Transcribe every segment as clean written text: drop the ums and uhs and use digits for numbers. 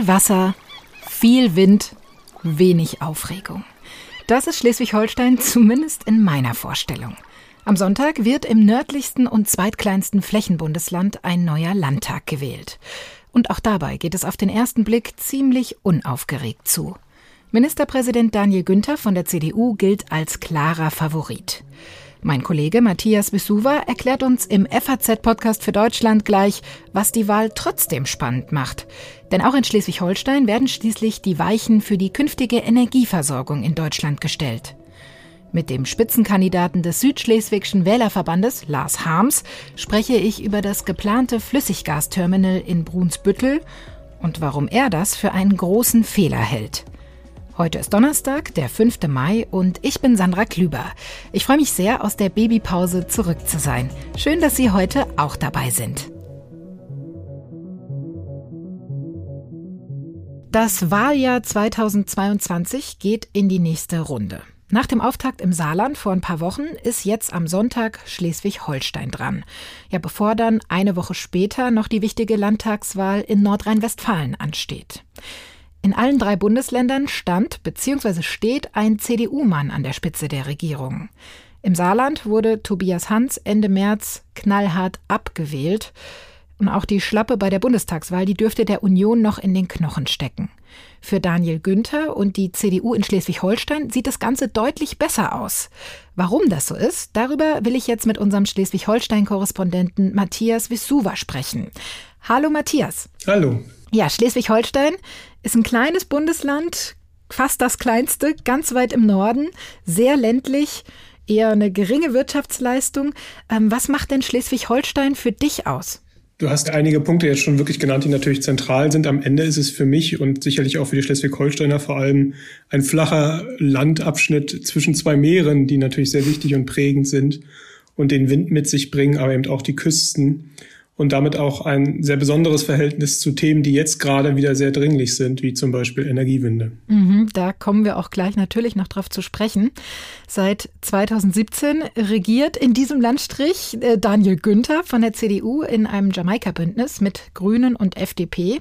Viel Wasser, viel Wind, wenig Aufregung. Das ist Schleswig-Holstein zumindest in meiner Vorstellung. Am Sonntag wird im nördlichsten und zweitkleinsten Flächenbundesland ein neuer Landtag gewählt. Und auch dabei geht es auf den ersten Blick ziemlich unaufgeregt zu. Ministerpräsident Daniel Günther von der CDU gilt als klarer Favorit. Mein Kollege Matthias Wisuwa erklärt uns im FAZ-Podcast für Deutschland gleich, was die Wahl trotzdem spannend macht. Denn auch in Schleswig-Holstein werden schließlich die Weichen für die künftige Energieversorgung in Deutschland gestellt. Mit dem Spitzenkandidaten des Südschleswigschen Wählerverbandes, Lars Harms, spreche ich über das geplante Flüssiggasterminal in Brunsbüttel und warum er das für einen großen Fehler hält. Heute ist Donnerstag, der 5. Mai und ich bin Sandra Klüber. Ich freue mich sehr, aus der Babypause zurück zu sein. Schön, dass Sie heute auch dabei sind. Das Wahljahr 2022 geht in die nächste Runde. Nach dem Auftakt im Saarland vor ein paar Wochen ist jetzt am Sonntag Schleswig-Holstein dran. Ja, bevor dann eine Woche später noch die wichtige Landtagswahl in Nordrhein-Westfalen ansteht. In allen 3 Bundesländern stand bzw. steht ein CDU-Mann an der Spitze der Regierung. Im Saarland wurde Tobias Hans Ende März knallhart abgewählt. Und auch die Schlappe bei der Bundestagswahl, die dürfte der Union noch in den Knochen stecken. Für Daniel Günther und die CDU in Schleswig-Holstein sieht das Ganze deutlich besser aus. Warum das so ist, darüber will ich jetzt mit unserem Schleswig-Holstein-Korrespondenten Matthias Wisuwa sprechen. Hallo Matthias. Hallo. Ja, Schleswig-Holstein ist ein kleines Bundesland, fast das kleinste, ganz weit im Norden, sehr ländlich, eher eine geringe Wirtschaftsleistung. Was macht denn Schleswig-Holstein für dich aus? Du hast einige Punkte jetzt schon wirklich genannt, die natürlich zentral sind. Am Ende ist es für mich und sicherlich auch für die Schleswig-Holsteiner vor allem ein flacher Landabschnitt zwischen 2 Meeren, die natürlich sehr wichtig und prägend sind und den Wind mit sich bringen, aber eben auch die Küsten. Und damit auch ein sehr besonderes Verhältnis zu Themen, die jetzt gerade wieder sehr dringlich sind, wie zum Beispiel Energiewende. Da kommen wir auch gleich natürlich noch drauf zu sprechen. Seit 2017 regiert in diesem Landstrich Daniel Günther von der CDU in einem Jamaika-Bündnis mit Grünen und FDP.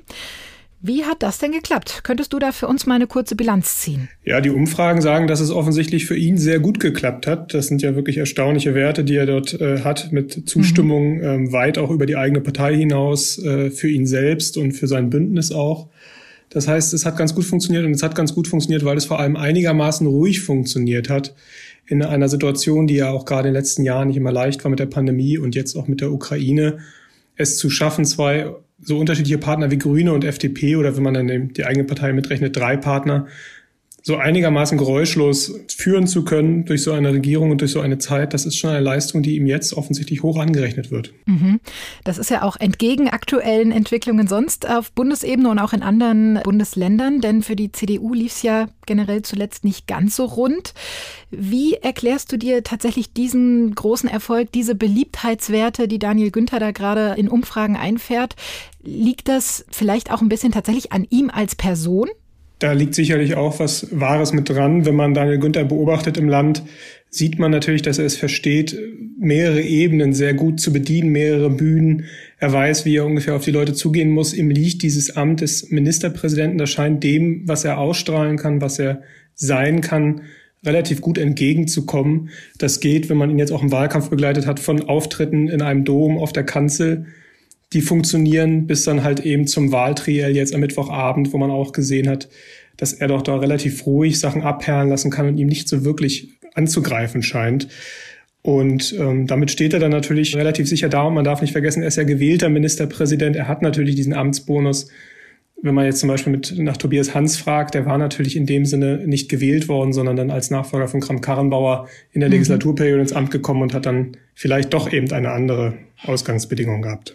Wie hat das denn geklappt? Könntest du da für uns mal eine kurze Bilanz ziehen? Ja, die Umfragen sagen, dass es offensichtlich für ihn sehr gut geklappt hat. Das sind ja wirklich erstaunliche Werte, die er dort hat, mit Zustimmung weit auch über die eigene Partei hinaus, für ihn selbst und für sein Bündnis auch. Das heißt, es hat ganz gut funktioniert und es hat ganz gut funktioniert, weil es vor allem einigermaßen ruhig funktioniert hat in einer Situation, die ja auch gerade in den letzten Jahren nicht immer leicht war mit der Pandemie und jetzt auch mit der Ukraine. Es zu schaffen, 2 so unterschiedliche Partner wie Grüne und FDP oder wenn man dann die eigene Partei mitrechnet, 3 Partner, so einigermaßen geräuschlos führen zu können durch so eine Regierung und durch so eine Zeit, das ist schon eine Leistung, die ihm jetzt offensichtlich hoch angerechnet wird. Das ist ja auch entgegen aktuellen Entwicklungen sonst auf Bundesebene und auch in anderen Bundesländern, denn für die CDU lief es ja generell zuletzt nicht ganz so rund. Wie erklärst du dir tatsächlich diesen großen Erfolg, diese Beliebtheitswerte, die Daniel Günther da gerade in Umfragen einfährt? Liegt das vielleicht auch ein bisschen tatsächlich an ihm als Person? Da liegt sicherlich auch was Wahres mit dran. Wenn man Daniel Günther beobachtet im Land, sieht man natürlich, dass er es versteht, mehrere Ebenen sehr gut zu bedienen, mehrere Bühnen. Er weiß, wie er ungefähr auf die Leute zugehen muss. Ihm liegt dieses Amt des Ministerpräsidenten, das scheint dem, was er ausstrahlen kann, was er sein kann, relativ gut entgegenzukommen. Das geht, wenn man ihn jetzt auch im Wahlkampf begleitet hat, von Auftritten in einem Dom auf der Kanzel, die funktionieren, bis dann halt eben zum Wahltriell jetzt am Mittwochabend, wo man auch gesehen hat, dass er doch da relativ ruhig Sachen abperlen lassen kann und ihm nicht so wirklich anzugreifen scheint. Und damit steht er dann natürlich relativ sicher da und man darf nicht vergessen, er ist ja gewählter Ministerpräsident. Er hat natürlich diesen Amtsbonus. Wenn man jetzt zum Beispiel nach Tobias Hans fragt, der war natürlich in dem Sinne nicht gewählt worden, sondern dann als Nachfolger von Kramp-Karrenbauer in der Legislaturperiode ins Amt gekommen und hat dann vielleicht doch eben eine andere Ausgangsbedingung gehabt.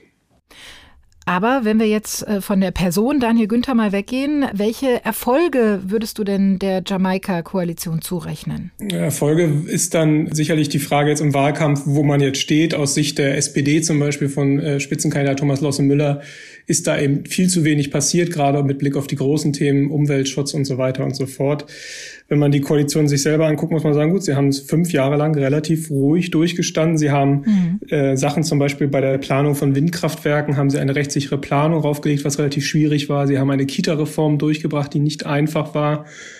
Aber wenn wir jetzt von der Person Daniel Günther mal weggehen, welche Erfolge würdest du denn der Jamaika-Koalition zurechnen? Erfolge ist dann sicherlich die Frage jetzt im Wahlkampf, wo man jetzt steht. Aus Sicht der SPD zum Beispiel von Spitzenkandidat Thomas Losse-Müller ist da eben viel zu wenig passiert, gerade mit Blick auf die großen Themen Umweltschutz und so weiter und so fort. Wenn man die Koalition sich selber anguckt, muss man sagen, gut, sie haben es 5 Jahre lang relativ ruhig durchgestanden. Sie haben Sachen zum Beispiel bei der Planung von Windkraftwerken, haben sie eine 66 Planung raufgelegt, was relativ schwierig war. Sie haben eine Kita-Reform durchgebracht, die nicht einfach war.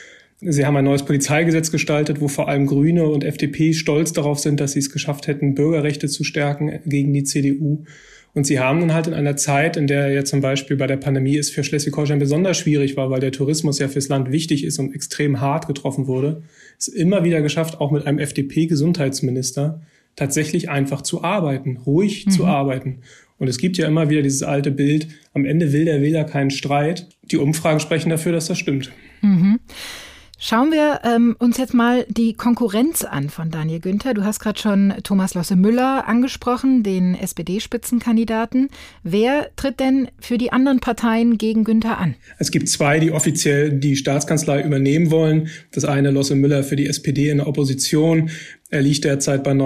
Sie haben ein neues Polizeigesetz gestaltet, wo vor allem Grüne und FDP stolz darauf sind, dass sie es geschafft hätten, Bürgerrechte zu stärken gegen die CDU. Und sie haben dann halt in einer Zeit, in der ja zum Beispiel bei der Pandemie es für Schleswig-Holstein besonders schwierig war, weil der Tourismus ja fürs Land wichtig ist und extrem hart getroffen wurde, es immer wieder geschafft, auch mit einem FDP-Gesundheitsminister tatsächlich einfach zu arbeiten, ruhig zu arbeiten. Und es gibt ja immer wieder dieses alte Bild, am Ende will der Wähler keinen Streit. Die Umfragen sprechen dafür, dass das stimmt. Mhm. Schauen wir uns jetzt mal die Konkurrenz an von Daniel Günther. Du hast gerade schon Thomas Losse-Müller angesprochen, den SPD-Spitzenkandidaten. Wer tritt denn für die anderen Parteien gegen Günther an? Es gibt zwei, die offiziell die Staatskanzlei übernehmen wollen. Das eine Losse-Müller für die SPD in der Opposition. Er liegt derzeit bei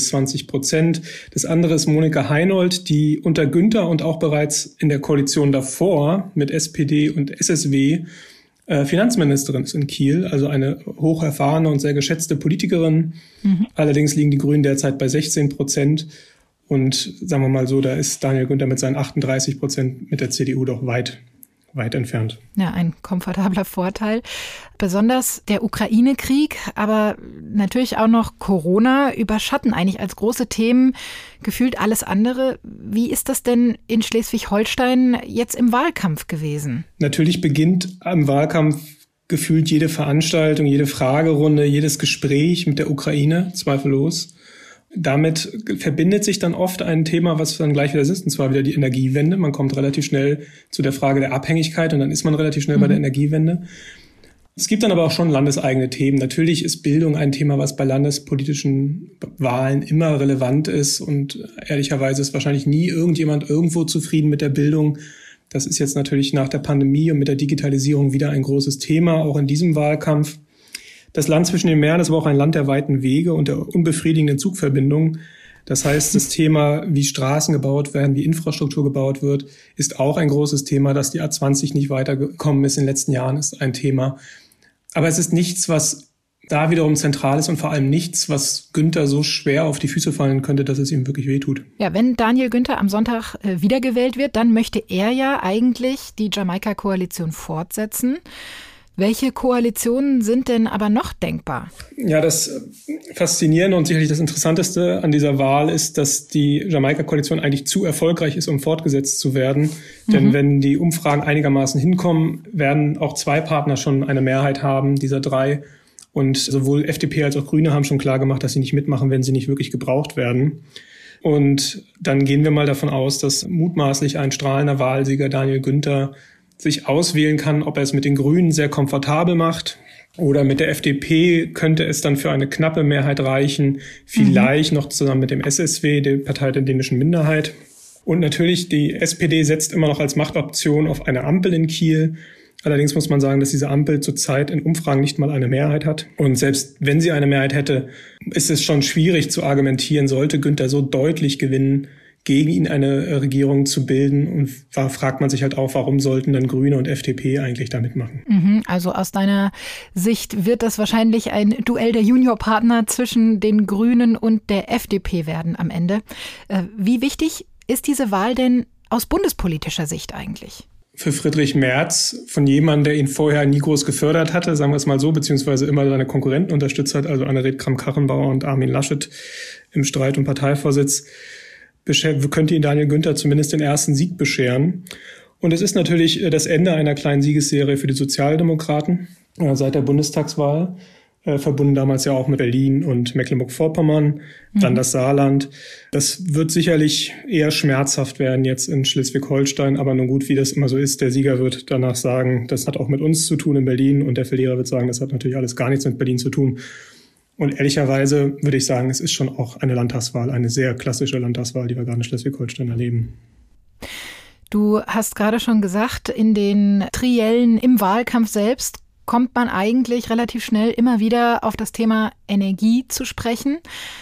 19-20%. Das andere ist Monika Heinold, die unter Günther und auch bereits in der Koalition davor mit SPD und SSW Finanzministerin ist in Kiel, also eine hocherfahrene und sehr geschätzte Politikerin. Allerdings liegen die Grünen derzeit bei 16%. Und sagen wir mal so, da ist Daniel Günther mit seinen 38% mit der CDU doch weit entfernt. Ja, ein komfortabler Vorteil. Besonders der Ukraine-Krieg, aber natürlich auch noch Corona überschatten eigentlich als große Themen gefühlt alles andere. Wie ist das denn in Schleswig-Holstein jetzt im Wahlkampf gewesen? Natürlich beginnt am Wahlkampf gefühlt jede Veranstaltung, jede Fragerunde, jedes Gespräch mit der Ukraine, zweifellos. Damit verbindet sich dann oft ein Thema, was dann gleich wieder ist, und zwar wieder die Energiewende. Man kommt relativ schnell zu der Frage der Abhängigkeit und dann ist man relativ schnell bei der Energiewende. Es gibt dann aber auch schon landeseigene Themen. Natürlich ist Bildung ein Thema, was bei landespolitischen Wahlen immer relevant ist und ehrlicherweise ist wahrscheinlich nie irgendjemand irgendwo zufrieden mit der Bildung. Das ist jetzt natürlich nach der Pandemie und mit der Digitalisierung wieder ein großes Thema, auch in diesem Wahlkampf. Das Land zwischen den Meeren ist aber auch ein Land der weiten Wege und der unbefriedigenden Zugverbindungen. Das heißt, das Thema, wie Straßen gebaut werden, wie Infrastruktur gebaut wird, ist auch ein großes Thema. Dass die A20 nicht weitergekommen ist in den letzten Jahren, ist ein Thema. Aber es ist nichts, was da wiederum zentral ist und vor allem nichts, was Günther so schwer auf die Füße fallen könnte, dass es ihm wirklich wehtut. Ja, wenn Daniel Günther am Sonntag wiedergewählt wird, dann möchte er ja eigentlich die Jamaika-Koalition fortsetzen. Welche Koalitionen sind denn aber noch denkbar? Ja, das Faszinierende und sicherlich das Interessanteste an dieser Wahl ist, dass die Jamaika-Koalition eigentlich zu erfolgreich ist, um fortgesetzt zu werden. Denn wenn die Umfragen einigermaßen hinkommen, werden auch zwei Partner schon eine Mehrheit haben, dieser drei. Und sowohl FDP als auch Grüne haben schon klar gemacht, dass sie nicht mitmachen, wenn sie nicht wirklich gebraucht werden. Und dann gehen wir mal davon aus, dass mutmaßlich ein strahlender Wahlsieger Daniel Günther sich auswählen kann, ob er es mit den Grünen sehr komfortabel macht oder mit der FDP könnte es dann für eine knappe Mehrheit reichen, vielleicht noch zusammen mit dem SSW, der Partei der dänischen Minderheit. Und natürlich, die SPD setzt immer noch als Machtoption auf eine Ampel in Kiel. Allerdings muss man sagen, dass diese Ampel zurzeit in Umfragen nicht mal eine Mehrheit hat. Und selbst wenn sie eine Mehrheit hätte, ist es schon schwierig zu argumentieren, sollte Günther so deutlich gewinnen, gegen ihn eine Regierung zu bilden. Und da fragt man sich halt auch, warum sollten dann Grüne und FDP eigentlich da mitmachen? Also aus deiner Sicht wird das wahrscheinlich ein Duell der Juniorpartner zwischen den Grünen und der FDP werden am Ende. Wie wichtig ist diese Wahl denn aus bundespolitischer Sicht eigentlich? Für Friedrich Merz, von jemandem, der ihn vorher nie groß gefördert hatte, sagen wir es mal so, beziehungsweise immer seine Konkurrenten unterstützt hat, also Annegret Kramp-Karrenbauer und Armin Laschet im Streit um Parteivorsitz, könnte ihn Daniel Günther zumindest den ersten Sieg bescheren. Und es ist natürlich das Ende einer kleinen Siegesserie für die Sozialdemokraten seit der Bundestagswahl, verbunden damals ja auch mit Berlin und Mecklenburg-Vorpommern, dann das Saarland. Das wird sicherlich eher schmerzhaft werden jetzt in Schleswig-Holstein, aber nun gut, wie das immer so ist, der Sieger wird danach sagen, das hat auch mit uns zu tun in Berlin und der Verlierer wird sagen, das hat natürlich alles gar nichts mit Berlin zu tun. Und ehrlicherweise würde ich sagen, es ist schon auch eine Landtagswahl, eine sehr klassische Landtagswahl, die wir gerade in Schleswig-Holstein erleben. Du hast gerade schon gesagt, in den Triellen im Wahlkampf selbst kommt man eigentlich relativ schnell immer wieder auf das Thema Energie zu sprechen.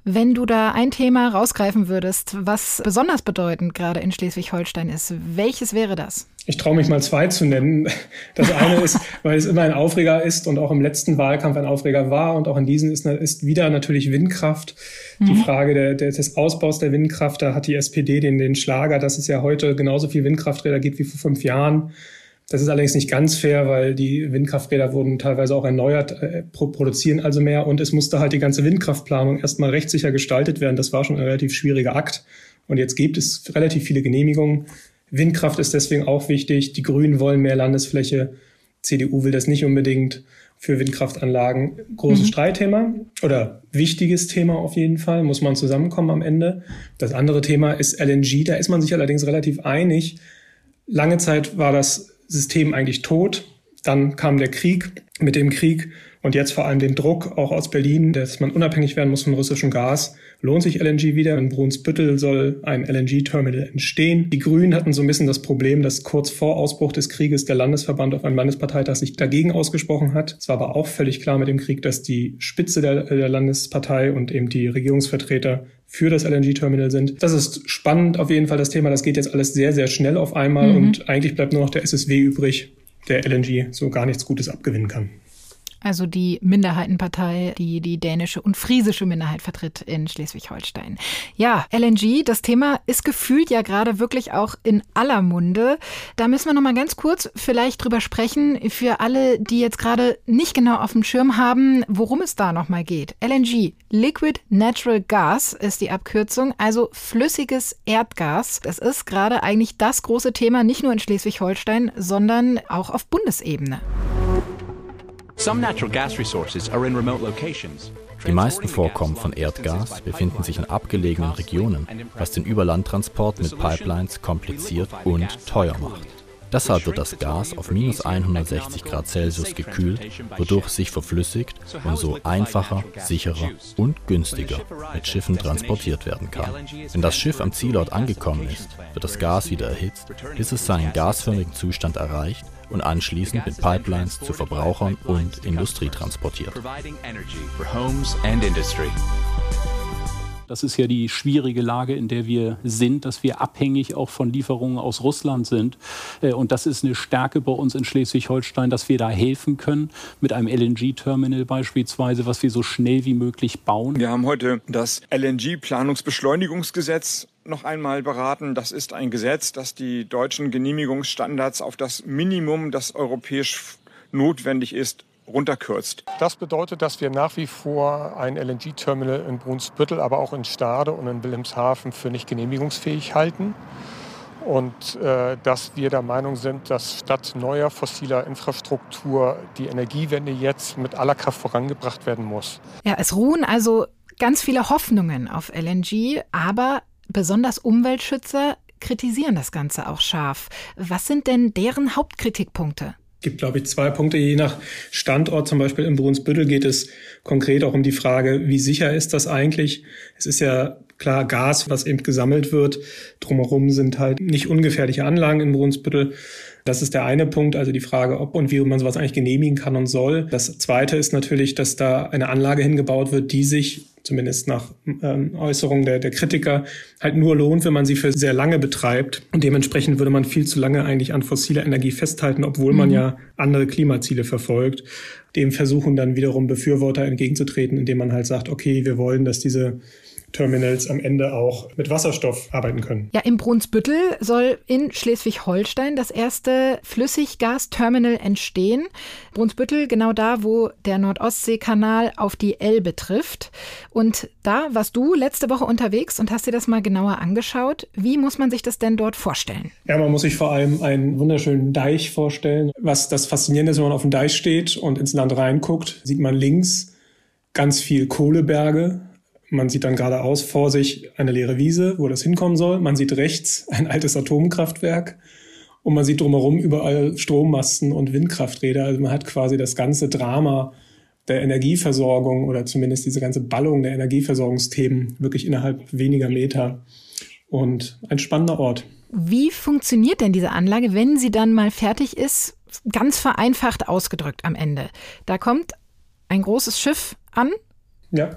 Wenn du da ein Thema rausgreifen würdest, was besonders bedeutend gerade in Schleswig-Holstein ist, welches wäre das? Ich traue mich mal 2 zu nennen. Das eine ist, weil es immer ein Aufreger ist und auch im letzten Wahlkampf ein Aufreger war und auch in diesem ist wieder natürlich Windkraft. Die Frage des Ausbaus der Windkraft, da hat die SPD den Schlager, dass es ja heute genauso viel Windkrafträder gibt wie vor 5 Jahren. Das ist allerdings nicht ganz fair, weil die Windkrafträder wurden teilweise auch erneuert, produzieren also mehr und es musste halt die ganze Windkraftplanung erstmal rechtssicher gestaltet werden. Das war schon ein relativ schwieriger Akt und jetzt gibt es relativ viele Genehmigungen. Windkraft ist deswegen auch wichtig. Die Grünen wollen mehr Landesfläche. CDU will das nicht unbedingt für Windkraftanlagen. Großes Streitthema oder wichtiges Thema auf jeden Fall. Muss man zusammenkommen am Ende. Das andere Thema ist LNG. Da ist man sich allerdings relativ einig. Lange Zeit war das System eigentlich tot. Dann kam der Krieg. Mit dem Krieg und jetzt vor allem den Druck auch aus Berlin, dass man unabhängig werden muss vom russischen Gas, lohnt sich LNG wieder. In Brunsbüttel soll ein LNG-Terminal entstehen. Die Grünen hatten so ein bisschen das Problem, dass kurz vor Ausbruch des Krieges der Landesverband auf einem Landesparteitag sich dagegen ausgesprochen hat. Es war aber auch völlig klar mit dem Krieg, dass die Spitze der Landespartei und eben die Regierungsvertreter für das LNG-Terminal sind. Das ist spannend auf jeden Fall, das Thema. Das geht jetzt alles sehr, sehr schnell auf einmal und eigentlich bleibt nur noch der SSW übrig, der LNG so gar nichts Gutes abgewinnen kann. Also die Minderheitenpartei, die die dänische und friesische Minderheit vertritt in Schleswig-Holstein. Ja, LNG, das Thema ist gefühlt ja gerade wirklich auch in aller Munde. Da müssen wir noch mal ganz kurz vielleicht drüber sprechen, für alle, die jetzt gerade nicht genau auf dem Schirm haben, worum es da noch mal geht. LNG, Liquid Natural Gas ist die Abkürzung, also flüssiges Erdgas. Das ist gerade eigentlich das große Thema, nicht nur in Schleswig-Holstein, sondern auch auf Bundesebene. Die meisten Vorkommen von Erdgas befinden sich in abgelegenen Regionen, was den Überlandtransport mit Pipelines kompliziert und teuer macht. Deshalb wird das Gas auf -160 Grad Celsius gekühlt, wodurch es sich verflüssigt und so einfacher, sicherer und günstiger mit Schiffen transportiert werden kann. Wenn das Schiff am Zielort angekommen ist, wird das Gas wieder erhitzt, bis es seinen gasförmigen Zustand erreicht und anschließend mit Pipelines zu Verbrauchern und Industrie transportiert. Das ist ja die schwierige Lage, in der wir sind, dass wir abhängig auch von Lieferungen aus Russland sind. Und das ist eine Stärke bei uns in Schleswig-Holstein, dass wir da helfen können mit einem LNG-Terminal beispielsweise, was wir so schnell wie möglich bauen. Wir haben heute das LNG-Planungsbeschleunigungsgesetz noch einmal beraten. Das ist ein Gesetz, das die deutschen Genehmigungsstandards auf das Minimum, das europäisch notwendig ist, runterkürzt. Das bedeutet, dass wir nach wie vor ein LNG-Terminal in Brunsbüttel, aber auch in Stade und in Wilhelmshaven für nicht genehmigungsfähig halten. Und dass wir der Meinung sind, dass statt neuer fossiler Infrastruktur die Energiewende jetzt mit aller Kraft vorangebracht werden muss. Ja, es ruhen also ganz viele Hoffnungen auf LNG, aber besonders Umweltschützer kritisieren das Ganze auch scharf. Was sind denn deren Hauptkritikpunkte? Es gibt, glaube ich, 2 Punkte. Je nach Standort, zum Beispiel in Brunsbüttel, geht es konkret auch um die Frage, wie sicher ist das eigentlich? Es ist ja klar Gas, was eben gesammelt wird. Drumherum sind halt nicht ungefährliche Anlagen in Brunsbüttel. Das ist der eine Punkt, also die Frage, ob und wie man sowas eigentlich genehmigen kann und soll. Das zweite ist natürlich, dass da eine Anlage hingebaut wird, die sich, zumindest nach Äußerungen der Kritiker, halt nur lohnt, wenn man sie für sehr lange betreibt. Und dementsprechend würde man viel zu lange eigentlich an fossiler Energie festhalten, obwohl man ja andere Klimaziele verfolgt. Dem versuchen dann wiederum Befürworter entgegenzutreten, indem man halt sagt, okay, wir wollen, dass diese Terminals am Ende auch mit Wasserstoff arbeiten können. Ja, im Brunsbüttel soll in Schleswig-Holstein das erste Flüssiggasterminal entstehen. Brunsbüttel genau da, wo der Nordostseekanal auf die Elbe trifft. Und da warst du letzte Woche unterwegs und hast dir das mal genauer angeschaut. Wie muss man sich das denn dort vorstellen? Ja, man muss sich vor allem einen wunderschönen Deich vorstellen. Was das Faszinierende ist, wenn man auf dem Deich steht und ins Land reinguckt, sieht man links ganz viel Kohleberge. Man sieht dann geradeaus vor sich eine leere Wiese, wo das hinkommen soll. Man sieht rechts ein altes Atomkraftwerk und man sieht drumherum überall Strommasten und Windkrafträder. Also man hat quasi das ganze Drama der Energieversorgung oder zumindest diese ganze Ballung der Energieversorgungsthemen wirklich innerhalb weniger Meter. Und ein spannender Ort. Wie funktioniert denn diese Anlage, wenn sie dann mal fertig ist? Ganz vereinfacht ausgedrückt am Ende. Da kommt ein großes Schiff an. Ja.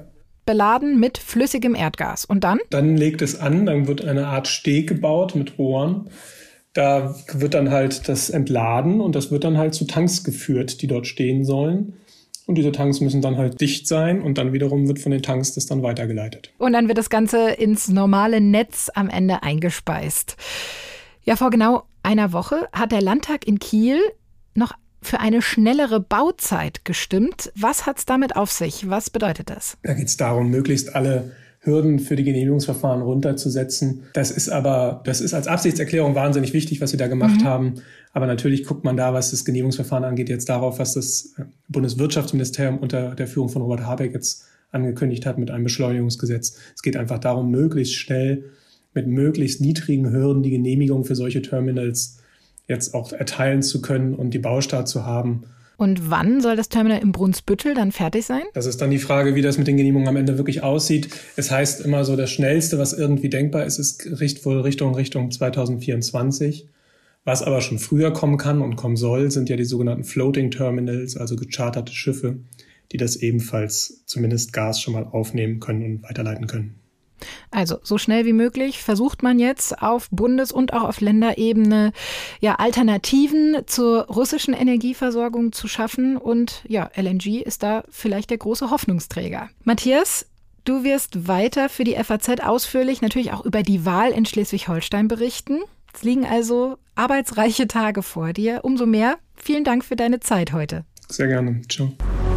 beladen mit flüssigem Erdgas. Und dann? Dann legt es an, dann wird eine Art Steg gebaut mit Rohren. Da wird dann halt das entladen und das wird dann halt zu Tanks geführt, die dort stehen sollen. Und diese Tanks müssen dann halt dicht sein und dann wiederum wird von den Tanks das dann weitergeleitet. Und dann wird das Ganze ins normale Netz am Ende eingespeist. Ja, vor genau einer Woche hat der Landtag in Kiel noch für eine schnellere Bauzeit gestimmt. Was hat es damit auf sich? Was bedeutet das? Da geht es darum, möglichst alle Hürden für die Genehmigungsverfahren runterzusetzen. Das ist als Absichtserklärung wahnsinnig wichtig, was wir da gemacht haben. Aber natürlich guckt man da, was das Genehmigungsverfahren angeht, jetzt darauf, was das Bundeswirtschaftsministerium unter der Führung von Robert Habeck jetzt angekündigt hat mit einem Beschleunigungsgesetz. Es geht einfach darum, möglichst schnell mit möglichst niedrigen Hürden die Genehmigung für solche Terminals jetzt auch erteilen zu können und die Baustart zu haben. Und wann soll das Terminal im Brunsbüttel dann fertig sein? Das ist dann die Frage, wie das mit den Genehmigungen am Ende wirklich aussieht. Es heißt immer so, das Schnellste, was irgendwie denkbar ist, ist wohl Richtung 2024. Was aber schon früher kommen kann und kommen soll, sind ja die sogenannten Floating Terminals, also gecharterte Schiffe, die das ebenfalls zumindest Gas schon mal aufnehmen können und weiterleiten können. Also so schnell wie möglich versucht man jetzt auf Bundes- und auch auf Länderebene Alternativen zur russischen Energieversorgung zu schaffen. Und LNG ist da vielleicht der große Hoffnungsträger. Matthias, du wirst weiter für die FAZ ausführlich natürlich auch über die Wahl in Schleswig-Holstein berichten. Es liegen also arbeitsreiche Tage vor dir. Umso mehr vielen Dank für deine Zeit heute. Sehr gerne. Ciao.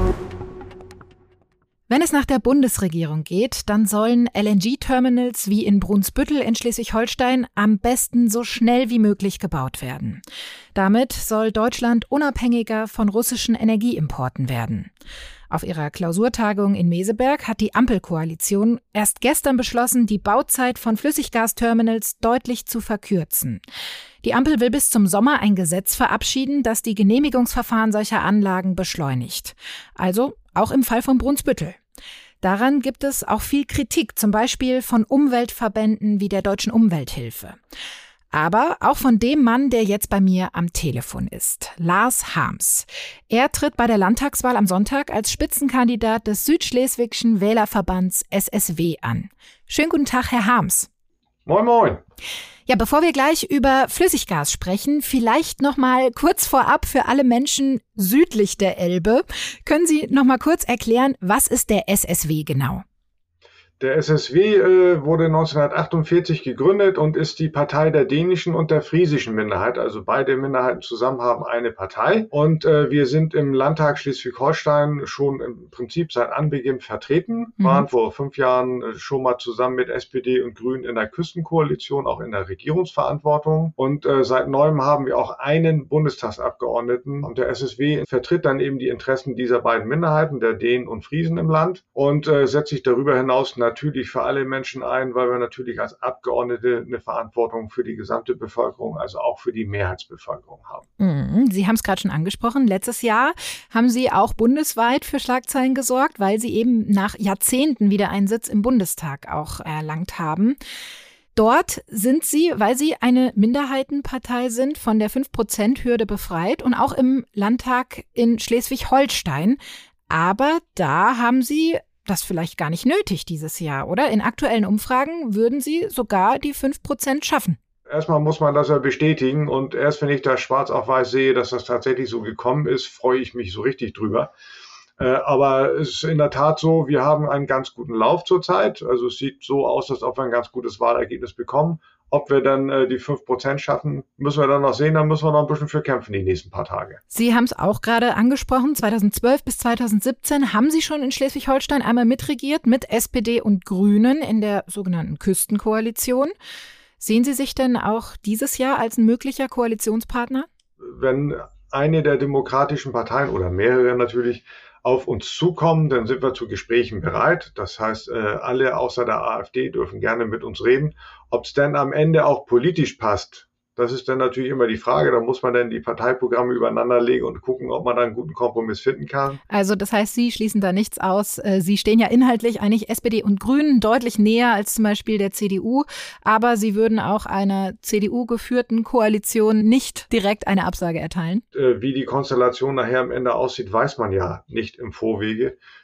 Wenn es nach der Bundesregierung geht, dann sollen LNG-Terminals wie in Brunsbüttel in Schleswig-Holstein am besten so schnell wie möglich gebaut werden. Damit soll Deutschland unabhängiger von russischen Energieimporten werden. Auf ihrer Klausurtagung in Meseberg hat die Ampelkoalition erst gestern beschlossen, die Bauzeit von Flüssiggasterminals deutlich zu verkürzen. Die Ampel will bis zum Sommer ein Gesetz verabschieden, das die Genehmigungsverfahren solcher Anlagen beschleunigt. Also auch im Fall von Brunsbüttel. Daran gibt es auch viel Kritik, zum Beispiel von Umweltverbänden wie der Deutschen Umwelthilfe. Aber auch von dem Mann, der jetzt bei mir am Telefon ist, Lars Harms. Er tritt bei der Landtagswahl am Sonntag als Spitzenkandidat des Südschleswigschen Wählerverbands SSW an. Schönen guten Tag, Herr Harms. Moin, moin. Ja, bevor wir gleich über Flüssiggas sprechen, vielleicht noch mal kurz vorab für alle Menschen südlich der Elbe. Können Sie noch mal kurz erklären, was ist der SSW genau? Der SSW wurde 1948 gegründet und ist die Partei der dänischen und der friesischen Minderheit. Also beide Minderheiten zusammen haben eine Partei. Und wir sind im Landtag Schleswig-Holstein schon im Prinzip seit Anbeginn vertreten. Waren vor 5 Jahren schon mal zusammen mit SPD und Grünen in der Küstenkoalition, auch in der Regierungsverantwortung. Und seit neuem haben wir auch einen Bundestagsabgeordneten. Und der SSW vertritt dann eben die Interessen dieser beiden Minderheiten, der Dänen und Friesen im Land, und setzt sich darüber hinaus natürlich für alle Menschen ein, weil wir natürlich als Abgeordnete eine Verantwortung für die gesamte Bevölkerung, also auch für die Mehrheitsbevölkerung haben. Sie haben es gerade schon angesprochen. Letztes Jahr haben Sie auch bundesweit für Schlagzeilen gesorgt, weil Sie eben nach Jahrzehnten wieder einen Sitz im Bundestag auch erlangt haben. Dort sind Sie, weil Sie eine Minderheitenpartei sind, von der 5%-Hürde befreit und auch im Landtag in Schleswig-Holstein. Aber da haben Sie das vielleicht gar nicht nötig dieses Jahr, oder? In aktuellen Umfragen würden Sie sogar die 5% schaffen. Erstmal muss man das ja bestätigen und erst wenn ich da schwarz auf weiß sehe, dass das tatsächlich so gekommen ist, freue ich mich so richtig drüber. Aber es ist in der Tat so, wir haben einen ganz guten Lauf zurzeit. Also es sieht so aus, als ob wir ein ganz gutes Wahlergebnis bekommen. Ob wir dann die 5% schaffen, müssen wir dann noch sehen. Da müssen wir noch ein bisschen für kämpfen die nächsten paar Tage. Sie haben es auch gerade angesprochen. 2012 bis 2017 haben Sie schon in Schleswig-Holstein einmal mitregiert mit SPD und Grünen in der sogenannten Küstenkoalition. Sehen Sie sich denn auch dieses Jahr als ein möglicher Koalitionspartner? Wenn eine der demokratischen Parteien oder mehrere natürlich auf uns zukommen, dann sind wir zu Gesprächen bereit. Das heißt, alle außer der AfD dürfen gerne mit uns reden. Ob es dann am Ende auch politisch passt, das ist dann natürlich immer die Frage. Da muss man dann die Parteiprogramme übereinander legen und gucken, ob man da einen guten Kompromiss finden kann. Also das heißt, Sie schließen da nichts aus. Sie stehen ja inhaltlich eigentlich SPD und Grünen deutlich näher als zum Beispiel der CDU. Aber Sie würden auch einer CDU-geführten Koalition nicht direkt eine Absage erteilen? Wie die Konstellation nachher am Ende aussieht, weiß man ja nicht im Vorwege.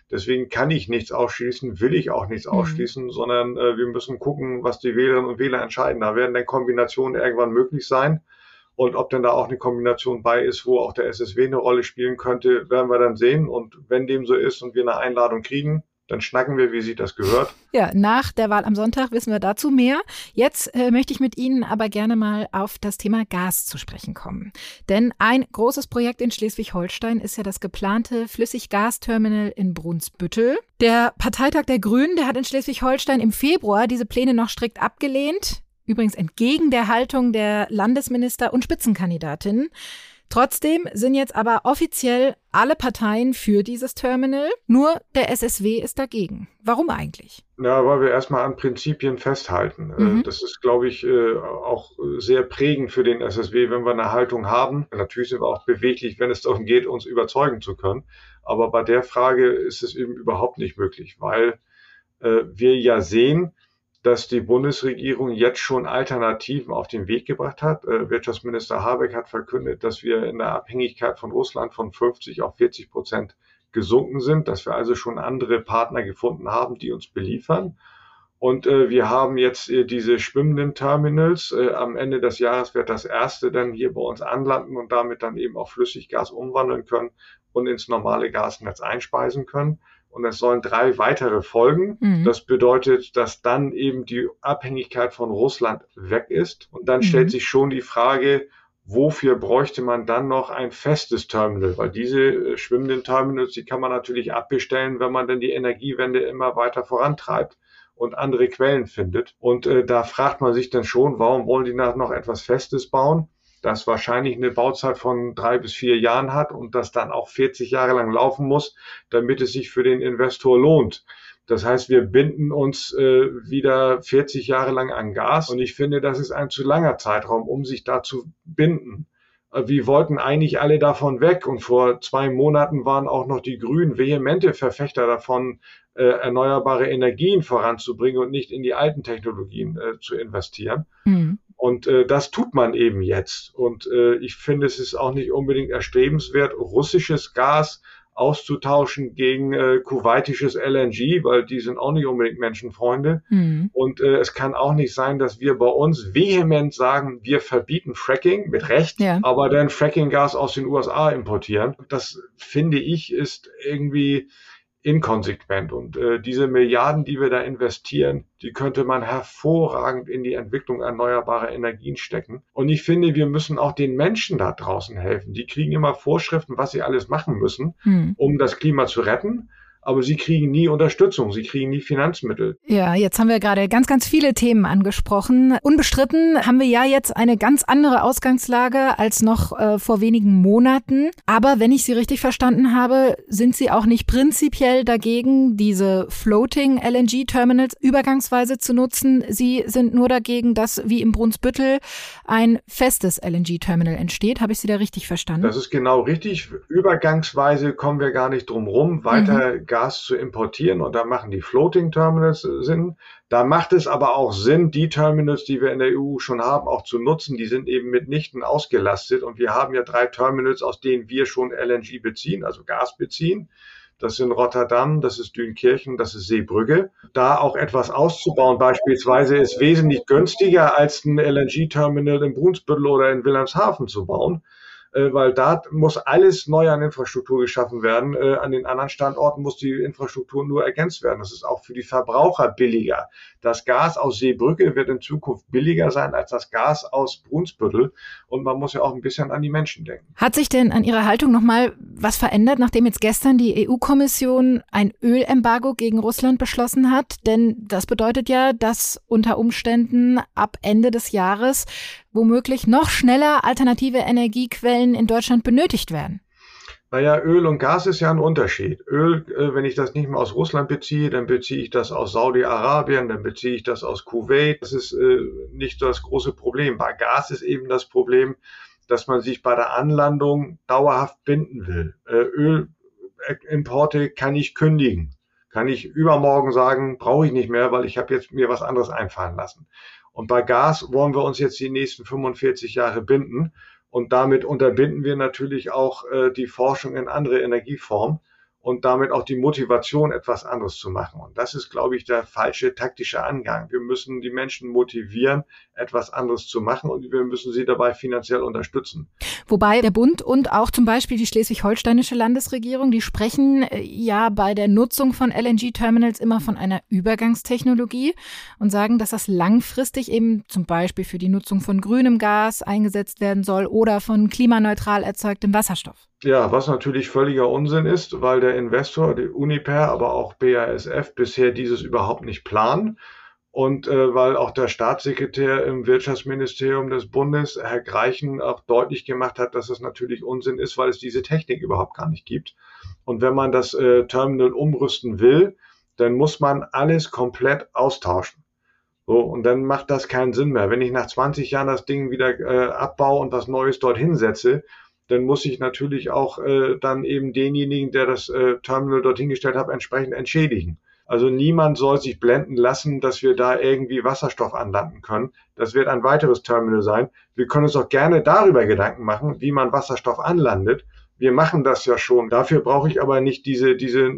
Deswegen kann ich nichts ausschließen, will ich auch nichts ausschließen, sondern wir müssen gucken, was die Wählerinnen und Wähler entscheiden. Da werden dann Kombinationen irgendwann möglich sein. Und ob denn da auch eine Kombination bei ist, wo auch der SSW eine Rolle spielen könnte, werden wir dann sehen. Und wenn dem so ist und wir eine Einladung kriegen, dann schnacken wir, wie sich das gehört. Ja, nach der Wahl am Sonntag wissen wir dazu mehr. Jetzt möchte ich mit Ihnen aber gerne mal auf das Thema Gas zu sprechen kommen. Denn ein großes Projekt in Schleswig-Holstein ist ja das geplante Flüssiggasterminal in Brunsbüttel. Der Parteitag der Grünen, der hat in Schleswig-Holstein im Februar diese Pläne noch strikt abgelehnt. Übrigens entgegen der Haltung der Landesminister und Spitzenkandidatinnen. Trotzdem sind jetzt aber offiziell alle Parteien für dieses Terminal. Nur der SSW ist dagegen. Warum eigentlich? Ja, weil wir erstmal an Prinzipien festhalten. Das ist, glaube ich, auch sehr prägend für den SSW, wenn wir eine Haltung haben. Natürlich sind wir auch beweglich, wenn es darum geht, uns überzeugen zu können. Aber bei der Frage ist es eben überhaupt nicht möglich, weil wir ja sehen, dass die Bundesregierung jetzt schon Alternativen auf den Weg gebracht hat. Wirtschaftsminister Habeck hat verkündet, dass wir in der Abhängigkeit von Russland von 50 auf 40% gesunken sind, dass wir also schon andere Partner gefunden haben, die uns beliefern. Und wir haben jetzt diese schwimmenden Terminals. Am Ende des Jahres wird das erste dann hier bei uns anlanden und damit dann eben auch Flüssiggas umwandeln können und ins normale Gasnetz einspeisen können. Und es sollen 3 weitere folgen. Das bedeutet, dass dann eben die Abhängigkeit von Russland weg ist. Und dann stellt sich schon die Frage, wofür bräuchte man dann noch ein festes Terminal? Weil diese schwimmenden Terminals, die kann man natürlich abbestellen, wenn man dann die Energiewende immer weiter vorantreibt und andere Quellen findet. Und da fragt man sich dann schon, warum wollen die noch etwas Festes bauen? Das wahrscheinlich eine Bauzeit von 3 bis 4 Jahren hat und das dann auch 40 Jahre lang laufen muss, damit es sich für den Investor lohnt. Das heißt, wir binden uns wieder 40 Jahre lang an Gas und ich finde, das ist ein zu langer Zeitraum, um sich da zu binden. Wir wollten eigentlich alle davon weg und vor 2 Monaten waren auch noch die Grünen vehemente Verfechter davon, erneuerbare Energien voranzubringen und nicht in die alten Technologien zu investieren. Und das tut man eben jetzt. Und ich finde, es ist auch nicht unbedingt erstrebenswert, russisches Gas auszutauschen gegen kuwaitisches LNG, weil die sind auch nicht unbedingt Menschenfreunde. Und es kann auch nicht sein, dass wir bei uns vehement sagen, wir verbieten Fracking, mit Recht, aber dann Frackinggas aus den USA importieren. Das, finde ich, ist irgendwie inkonsequent. Und diese Milliarden, die wir da investieren, die könnte man hervorragend in die Entwicklung erneuerbarer Energien stecken. Und ich finde, wir müssen auch den Menschen da draußen helfen. Die kriegen immer Vorschriften, was sie alles machen müssen, um das Klima zu retten. Aber sie kriegen nie Unterstützung, sie kriegen nie Finanzmittel. Ja, jetzt haben wir gerade ganz, ganz viele Themen angesprochen. Unbestritten haben wir ja jetzt eine ganz andere Ausgangslage als noch vor wenigen Monaten. Aber wenn ich Sie richtig verstanden habe, sind Sie auch nicht prinzipiell dagegen, diese Floating LNG-Terminals übergangsweise zu nutzen. Sie sind nur dagegen, dass wie im Brunsbüttel ein festes LNG-Terminal entsteht. Habe ich Sie da richtig verstanden? Das ist genau richtig. Übergangsweise kommen wir gar nicht drum rum, weiter Gas zu importieren und da machen die Floating Terminals Sinn. Da macht es aber auch Sinn, die Terminals, die wir in der EU schon haben, auch zu nutzen. Die sind eben mitnichten ausgelastet und wir haben ja 3 Terminals, aus denen wir schon LNG beziehen, also Gas beziehen. Das sind Rotterdam, das ist Dünkirchen, das ist Seebrugge. Da auch etwas auszubauen beispielsweise ist wesentlich günstiger, als ein LNG-Terminal in Brunsbüttel oder in Wilhelmshaven zu bauen. Weil da muss alles neu an Infrastruktur geschaffen werden. An den anderen Standorten muss die Infrastruktur nur ergänzt werden. Das ist auch für die Verbraucher billiger. Das Gas aus Seebrugge wird in Zukunft billiger sein als das Gas aus Brunsbüttel. Und man muss ja auch ein bisschen an die Menschen denken. Hat sich denn an Ihrer Haltung nochmal was verändert, nachdem jetzt gestern die EU-Kommission ein Ölembargo gegen Russland beschlossen hat? Denn das bedeutet ja, dass unter Umständen ab Ende des Jahres womöglich noch schneller alternative Energiequellen in Deutschland benötigt werden. Naja, Öl und Gas ist ja ein Unterschied. Öl, wenn ich das nicht mehr aus Russland beziehe, dann beziehe ich das aus Saudi-Arabien, dann beziehe ich das aus Kuwait. Das ist nicht das große Problem. Bei Gas ist eben das Problem, dass man sich bei der Anlandung dauerhaft binden will. Ölimporte kann ich kündigen. Kann ich übermorgen sagen, brauche ich nicht mehr, weil ich habe jetzt mir was anderes einfallen lassen. Und bei Gas wollen wir uns jetzt die nächsten 45 Jahre binden. Und damit unterbinden wir natürlich auch die Forschung in andere Energieformen. und damit auch die Motivation, etwas anderes zu machen. Und das ist, glaube ich, der falsche taktische Angang. Wir müssen die Menschen motivieren, etwas anderes zu machen und wir müssen sie dabei finanziell unterstützen. Wobei der Bund und auch zum Beispiel die schleswig-holsteinische Landesregierung, die sprechen ja bei der Nutzung von LNG-Terminals immer von einer Übergangstechnologie und sagen, dass das langfristig eben zum Beispiel für die Nutzung von grünem Gas eingesetzt werden soll oder von klimaneutral erzeugtem Wasserstoff. Ja, was natürlich völliger Unsinn ist, weil der Investor, die Uniper, aber auch BASF bisher dieses überhaupt nicht planen. Und weil auch der Staatssekretär im Wirtschaftsministerium des Bundes, Herr Greichen, auch deutlich gemacht hat, dass es natürlich Unsinn ist, weil es diese Technik überhaupt gar nicht gibt. Und wenn man das Terminal umrüsten will, dann muss man alles komplett austauschen. So, und dann macht das keinen Sinn mehr. Wenn ich nach 20 Jahren das Ding wieder abbaue und was Neues dort hinsetze, dann muss ich natürlich auch dann eben denjenigen, der das Terminal dorthin gestellt hat, entsprechend entschädigen. Also niemand soll sich blenden lassen, dass wir da irgendwie Wasserstoff anlanden können. Das wird ein weiteres Terminal sein. Wir können uns auch gerne darüber Gedanken machen, wie man Wasserstoff anlandet. Wir machen das ja schon. Dafür brauche ich aber nicht diese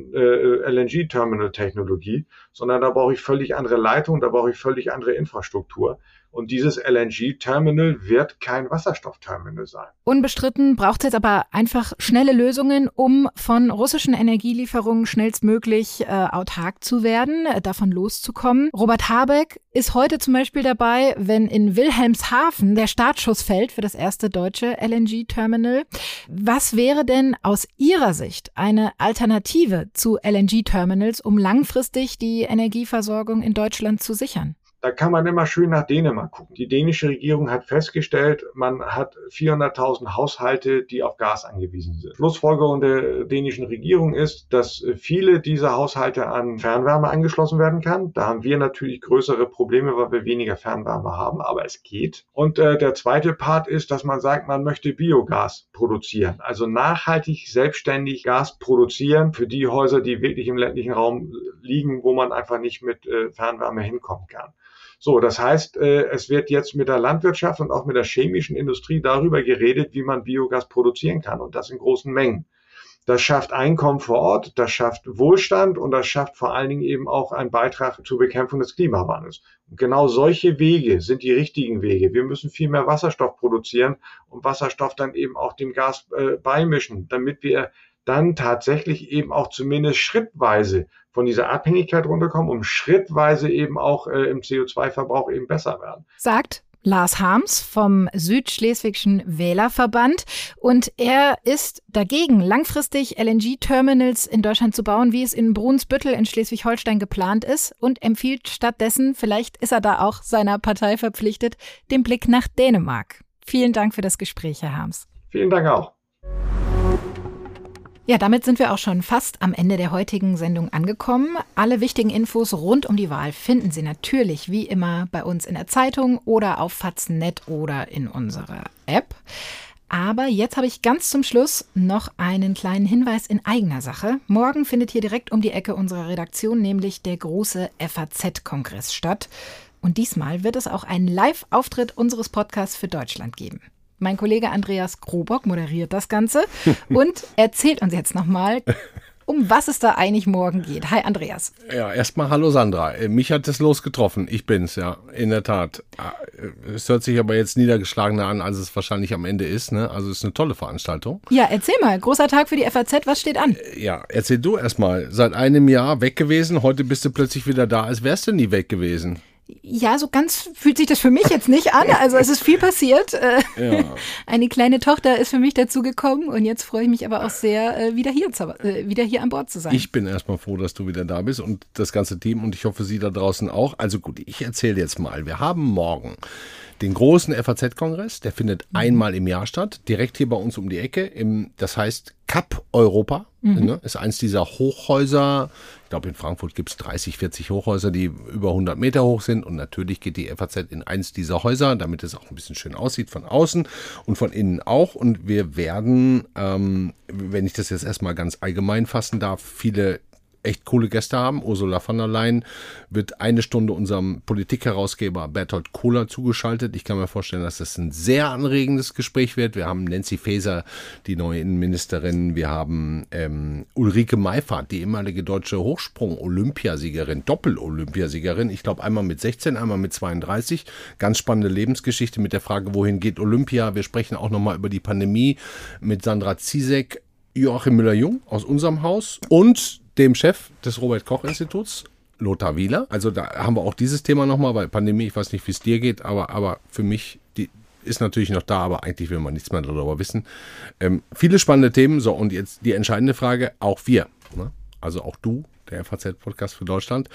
LNG-Terminal-Technologie, sondern da brauche ich völlig andere Leitungen, da brauche ich völlig andere Infrastruktur. Und dieses LNG-Terminal wird kein Wasserstoffterminal sein. Unbestritten braucht es jetzt aber einfach schnelle Lösungen, um von russischen Energielieferungen schnellstmöglich autark zu werden, davon loszukommen. Robert Habeck ist heute zum Beispiel dabei, wenn in Wilhelmshaven der Startschuss fällt für das erste deutsche LNG-Terminal. Was wäre denn aus Ihrer Sicht eine Alternative zu LNG-Terminals, um langfristig die Energieversorgung in Deutschland zu sichern? Da kann man immer schön nach Dänemark gucken. Die dänische Regierung hat festgestellt, man hat 400.000 Haushalte, die auf Gas angewiesen sind. Schlussfolgerung der dänischen Regierung ist, dass viele dieser Haushalte an Fernwärme angeschlossen werden kann. Da haben wir natürlich größere Probleme, weil wir weniger Fernwärme haben, aber es geht. Und der zweite Part ist, dass man sagt, man möchte Biogas produzieren. Also nachhaltig, selbstständig Gas produzieren für die Häuser, die wirklich im ländlichen Raum liegen, wo man einfach nicht mit Fernwärme hinkommen kann. So, das heißt, es wird jetzt mit der Landwirtschaft und auch mit der chemischen Industrie darüber geredet, wie man Biogas produzieren kann und das in großen Mengen. Das schafft Einkommen vor Ort, das schafft Wohlstand und das schafft vor allen Dingen eben auch einen Beitrag zur Bekämpfung des Klimawandels. Und genau solche Wege sind die richtigen Wege. Wir müssen viel mehr Wasserstoff produzieren und Wasserstoff dann eben auch dem Gas beimischen, damit wir dann tatsächlich eben auch zumindest schrittweise von dieser Abhängigkeit runterkommen, um schrittweise eben auch im CO2-Verbrauch eben besser werden. Sagt Lars Harms vom Südschleswigschen Wählerverband. Und er ist dagegen, langfristig LNG-Terminals in Deutschland zu bauen, wie es in Brunsbüttel in Schleswig-Holstein geplant ist, und empfiehlt stattdessen, vielleicht ist er da auch seiner Partei verpflichtet, den Blick nach Dänemark. Vielen Dank für das Gespräch, Herr Harms. Vielen Dank auch. Ja, damit sind wir auch schon fast am Ende der heutigen Sendung angekommen. Alle wichtigen Infos rund um die Wahl finden Sie natürlich wie immer bei uns in der Zeitung oder auf faz.net oder in unserer App. Aber jetzt habe ich ganz zum Schluss noch einen kleinen Hinweis in eigener Sache. Morgen findet hier direkt um die Ecke unserer Redaktion nämlich der große FAZ-Kongress statt. Und diesmal wird es auch einen Live-Auftritt unseres Podcasts für Deutschland geben. Mein Kollege Andreas Krobock moderiert das Ganze und erzählt uns jetzt nochmal, um was es da eigentlich morgen geht. Hi Andreas. Ja, erstmal hallo Sandra. Mich hat es losgetroffen. Ich bin's, ja, in der Tat. Es hört sich aber jetzt niedergeschlagener an, als es wahrscheinlich am Ende ist, ne? Also es ist eine tolle Veranstaltung. Ja, erzähl mal. Großer Tag für die FAZ. Was steht an? Ja, erzähl du erstmal. Seit einem Jahr weg gewesen. Heute bist du plötzlich wieder da, als wärst du nie weg gewesen. Ja, so ganz fühlt sich das für mich jetzt nicht an. Also es ist viel passiert. Ja. Eine kleine Tochter ist für mich dazugekommen und jetzt freue ich mich aber auch sehr, wieder hier an Bord zu sein. Ich bin erstmal froh, dass du wieder da bist und das ganze Team und ich hoffe, Sie da draußen auch. Also gut, ich erzähle jetzt mal. Wir haben morgen den großen FAZ-Kongress, der findet einmal im Jahr statt, direkt hier bei uns um die Ecke. Das heißt Cap Europa, ist eins dieser Hochhäuser. Ich glaube, in Frankfurt gibt es 30, 40 Hochhäuser, die über 100 Meter hoch sind. Und natürlich geht die FAZ in eins dieser Häuser, damit es auch ein bisschen schön aussieht von außen und von innen auch. Und wir werden, wenn ich das jetzt erstmal ganz allgemein fassen darf, viele echt coole Gäste haben. Ursula von der Leyen wird eine Stunde unserem Politikherausgeber Bertolt Kohler zugeschaltet. Ich kann mir vorstellen, dass das ein sehr anregendes Gespräch wird. Wir haben Nancy Faeser, die neue Innenministerin. Wir haben Ulrike Meifert, die ehemalige deutsche Hochsprung-Olympiasiegerin, Doppel-Olympiasiegerin. Ich glaube, einmal mit 16, einmal mit 32. Ganz spannende Lebensgeschichte mit der Frage, wohin geht Olympia. Wir sprechen auch nochmal über die Pandemie mit Sandra Ziesek, Joachim Müller-Jung aus unserem Haus und dem Chef des Robert-Koch-Instituts, Lothar Wieler. Also da haben wir auch dieses Thema nochmal, weil Pandemie, ich weiß nicht, wie es dir geht, aber für mich, die ist natürlich noch da, aber eigentlich will man nichts mehr darüber wissen. Viele spannende Themen. So, und jetzt die entscheidende Frage, auch wir, ne? Also auch du, der FAZ-Podcast für Deutschland.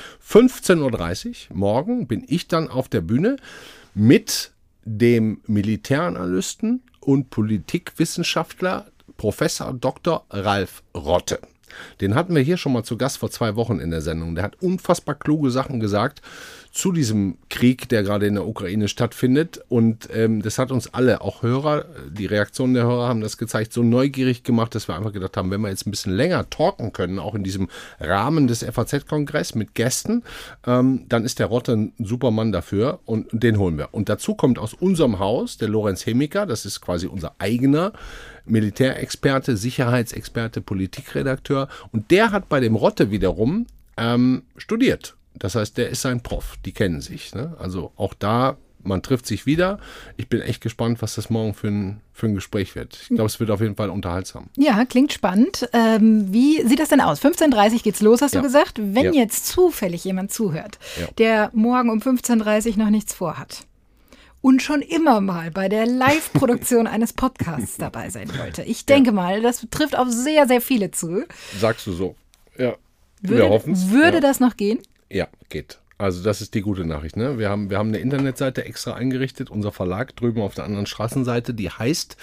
15.30 Uhr morgen bin ich dann auf der Bühne mit dem Militäranalysten und Politikwissenschaftler Professor Dr. Ralf Rotte. Den hatten wir hier schon mal zu Gast vor 2 Wochen in der Sendung. Der hat unfassbar kluge Sachen gesagt zu diesem Krieg, der gerade in der Ukraine stattfindet. Und das hat uns alle, auch Hörer, die Reaktionen der Hörer haben das gezeigt, so neugierig gemacht, dass wir einfach gedacht haben, wenn wir jetzt ein bisschen länger talken können, auch in diesem Rahmen des FAZ-Kongress mit Gästen, dann ist der Rotte ein super Mann dafür und den holen wir. Und dazu kommt aus unserem Haus der Lorenz Hemiker, das ist quasi unser eigener Militärexperte, Sicherheitsexperte, Politikredakteur. Und der hat bei dem Rotte wiederum studiert. Das heißt, der ist sein Prof. Die kennen sich. Ne? Also auch da, man trifft sich wieder. Ich bin echt gespannt, was das morgen für ein Gespräch wird. Ich glaube, es wird auf jeden Fall unterhaltsam. Ja, klingt spannend. Wie sieht das denn aus? 15.30 Uhr geht's los, hast du gesagt? Wenn jetzt zufällig jemand zuhört, der morgen um 15.30 Uhr noch nichts vorhat und schon immer mal bei der Live-Produktion eines Podcasts dabei sein wollte. Ich denke mal, das trifft auf sehr, sehr viele zu. Sagst du so. Ja. Wir hoffen's. Würde das noch gehen? Ja, geht. Also das ist die gute Nachricht. Ne? Wir haben eine Internetseite extra eingerichtet, unser Verlag drüben auf der anderen Straßenseite, die heißt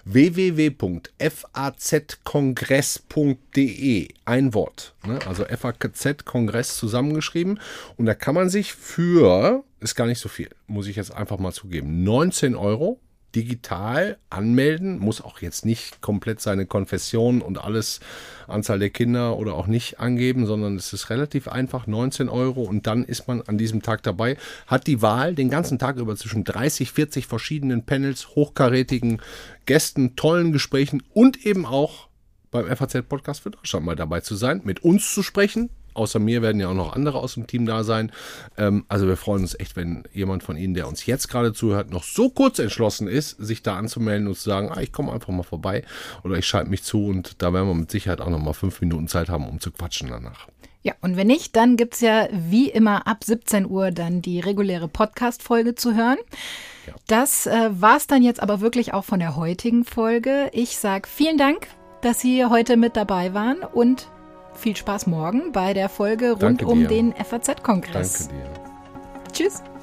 www.fazkongress.de. Ein Wort. Ne? Also FAZ-Kongress zusammengeschrieben. Und da kann man sich für, ist gar nicht so viel, muss ich jetzt einfach mal zugeben, 19 € digital anmelden, muss auch jetzt nicht komplett seine Konfession und alles, Anzahl der Kinder oder auch nicht angeben, sondern es ist relativ einfach, 19 € und dann ist man an diesem Tag dabei, hat die Wahl den ganzen Tag über zwischen 30, 40 verschiedenen Panels, hochkarätigen Gästen, tollen Gesprächen und eben auch beim FAZ-Podcast für Deutschland mal dabei zu sein, mit uns zu sprechen. Außer mir werden ja auch noch andere aus dem Team da sein. Also wir freuen uns echt, wenn jemand von Ihnen, der uns jetzt gerade zuhört, noch so kurz entschlossen ist, sich da anzumelden und zu sagen, ich komme einfach mal vorbei oder ich schalte mich zu und da werden wir mit Sicherheit auch noch mal 5 Minuten Zeit haben, um zu quatschen danach. Ja, und wenn nicht, dann gibt es ja wie immer ab 17 Uhr dann die reguläre Podcast-Folge zu hören. Ja. Das war es dann jetzt aber wirklich auch von der heutigen Folge. Ich sage vielen Dank, dass Sie heute mit dabei waren und viel Spaß morgen bei der Folge rund um den FAZ-Kongress. Danke dir. Tschüss.